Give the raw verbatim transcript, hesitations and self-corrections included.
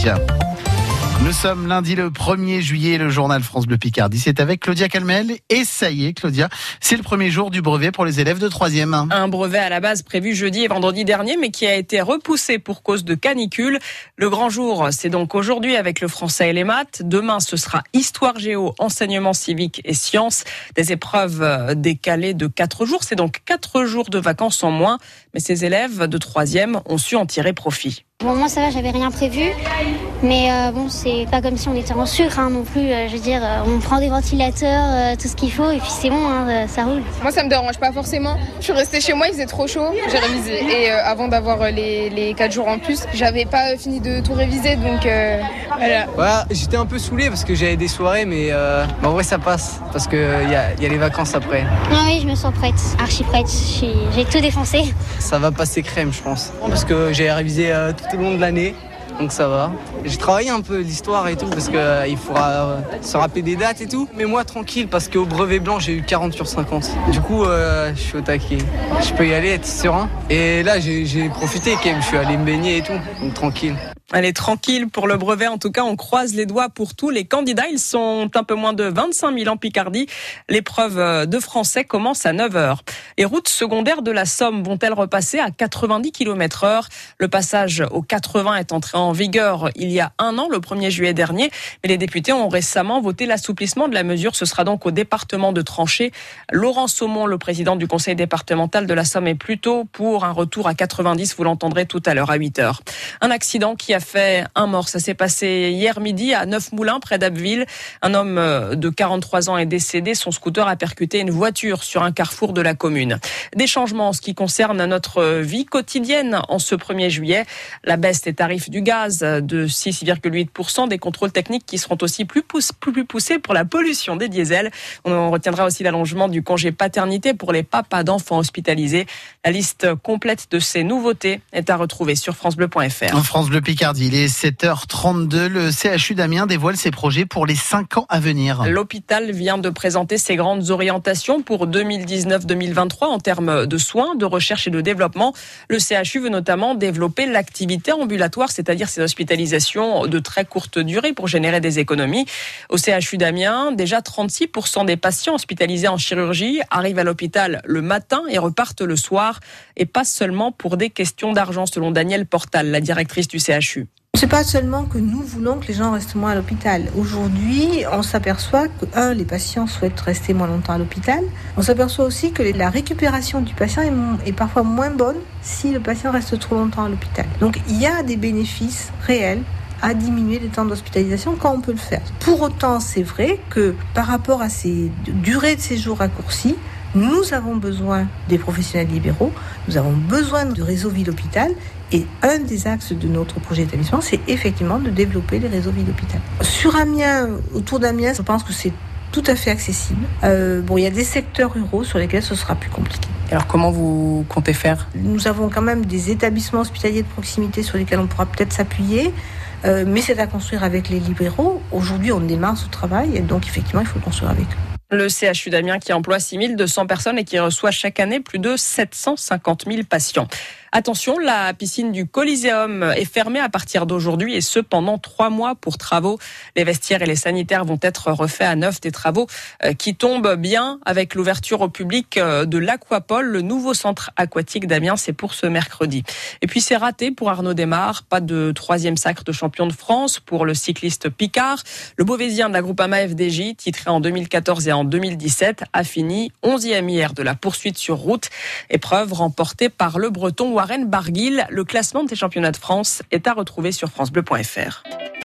Nous sommes lundi le premier juillet, le journal France Bleu Picardie. C'est avec Claudia Calmel. Et ça y est, Claudia, c'est le premier jour du brevet pour les élèves de troisième. Un brevet à la base prévu jeudi et vendredi dernier, mais qui a été repoussé pour cause de canicule. Le grand jour, c'est donc aujourd'hui avec le français et les maths. Demain, ce sera histoire géo, enseignement civique et sciences. Des épreuves décalées de quatre jours. C'est donc quatre jours de vacances en moins. Mais ces élèves de troisième ont su en tirer profit. Bon, moi ça va, j'avais rien prévu, mais euh, bon, c'est pas comme si on était en sucre hein, non plus. Euh, je veux dire, euh, on prend des ventilateurs, euh, tout ce qu'il faut, et puis c'est bon, hein, ça roule. Moi, ça me dérange pas forcément. Je suis restée chez moi, il faisait trop chaud, j'ai révisé. Et euh, avant d'avoir les, les quatre jours en plus, j'avais pas fini de tout réviser, donc euh, voilà. Voilà, j'étais un peu saoulé parce que j'avais des soirées, mais euh, en vrai ça passe, parce qu'il y a, y a les vacances après. Non, oui, je me sens prête, archi prête, j'ai, j'ai tout défoncé. Ça va passer crème, je pense, parce que j'ai révisé euh, tout au long de l'année. Donc ça va. J'ai travaillé un peu l'histoire et tout parce qu'il euh, faudra euh, se rappeler des dates et tout. Mais moi tranquille parce qu'au brevet blanc j'ai eu quarante sur cinquante. Du coup euh, je suis au taquet. Je peux y aller, être serein. Et là j'ai, j'ai profité quand même, je suis allé me baigner et tout. Donc tranquille. Allez, tranquille pour le brevet. En tout cas, on croise les doigts pour tous les candidats. Ils sont un peu moins de vingt-cinq mille en Picardie. L'épreuve de français commence à neuf heures. Les routes secondaires de la Somme vont-elles repasser à quatre-vingt-dix kilomètres heure ? Le passage aux quatre-vingts est entré en vigueur il y a un an, le premier juillet dernier. Mais les députés ont récemment voté l'assouplissement de la mesure. Ce sera donc au département de Tranché. Laurent Saumon, le président du conseil départemental de la Somme, est plutôt pour un retour à quatre-vingt-dix. Vous l'entendrez tout à l'heure à huit heures. Un accident qui a fait un mort. Ça s'est passé hier midi à Neufmoulins, près d'Abbeville. Un homme de quarante-trois ans est décédé. Son scooter a percuté une voiture sur un carrefour de la commune. Des changements en ce qui concerne notre vie quotidienne en ce premier juillet. La baisse des tarifs du gaz de six virgule huit pour cent. Des contrôles techniques qui seront aussi plus, pouss- plus poussés pour la pollution des diesels. On retiendra aussi l'allongement du congé paternité pour les papas d'enfants hospitalisés. La liste complète de ces nouveautés est à retrouver sur francebleu point f r. En France Bleu Picardie, il est sept heures trente-deux. Le C H U d'Amiens dévoile ses projets pour les cinq ans à venir. L'hôpital vient de présenter ses grandes orientations pour deux mille dix-neuf deux mille vingt-trois en termes de soins, de recherche et de développement. Le C H U veut notamment développer l'activité ambulatoire, c'est-à-dire ces hospitalisations de très courte durée pour générer des économies. Au C H U d'Amiens, déjà trente-six pour cent des patients hospitalisés en chirurgie arrivent à l'hôpital le matin et repartent le soir. Et pas seulement pour des questions d'argent, selon Danielle Portal, la directrice du C H U. C'est pas seulement que nous voulons que les gens restent moins à l'hôpital. Aujourd'hui, on s'aperçoit que, un, les patients souhaitent rester moins longtemps à l'hôpital. On s'aperçoit aussi que la récupération du patient est, est parfois moins bonne si le patient reste trop longtemps à l'hôpital. Donc, il y a des bénéfices réels à diminuer les temps d'hospitalisation quand on peut le faire. Pour autant, c'est vrai que par rapport à ces durées de séjour raccourcies, nous avons besoin des professionnels libéraux, nous avons besoin de réseaux ville-hôpital. Et un des axes de notre projet d'établissement, c'est effectivement de développer les réseaux ville-hôpital. Sur Amiens, autour d'Amiens, je pense que c'est tout à fait accessible. Euh, bon, il y a des secteurs ruraux sur lesquels ce sera plus compliqué. Alors comment vous comptez faire ? Nous avons quand même des établissements hospitaliers de proximité sur lesquels on pourra peut-être s'appuyer, euh, mais c'est à construire avec les libéraux. Aujourd'hui, on démarre ce travail, et donc effectivement, il faut le construire avec eux. Le C H U d'Amiens qui emploie six mille deux cents personnes et qui reçoit chaque année plus de sept cent cinquante mille patients. Attention, la piscine du Coliseum est fermée à partir d'aujourd'hui et ce pendant trois mois pour travaux. Les vestiaires et les sanitaires vont être refaits à neuf, des travaux qui tombent bien avec l'ouverture au public de l'Aquapole, le nouveau centre aquatique d'Amiens. C'est pour ce mercredi. Et puis c'est raté pour Arnaud Desmar. Pas de troisième sacre de champion de France pour le cycliste Picard. Le Beauvaisien de la Groupama F D J, titré en deux mille quatorze et en deux mille dix-sept, a fini onzième hier de la poursuite sur route. Épreuve remportée par le Breton Warren Barguil. Le classement des championnats de France est à retrouver sur francebleu point f r.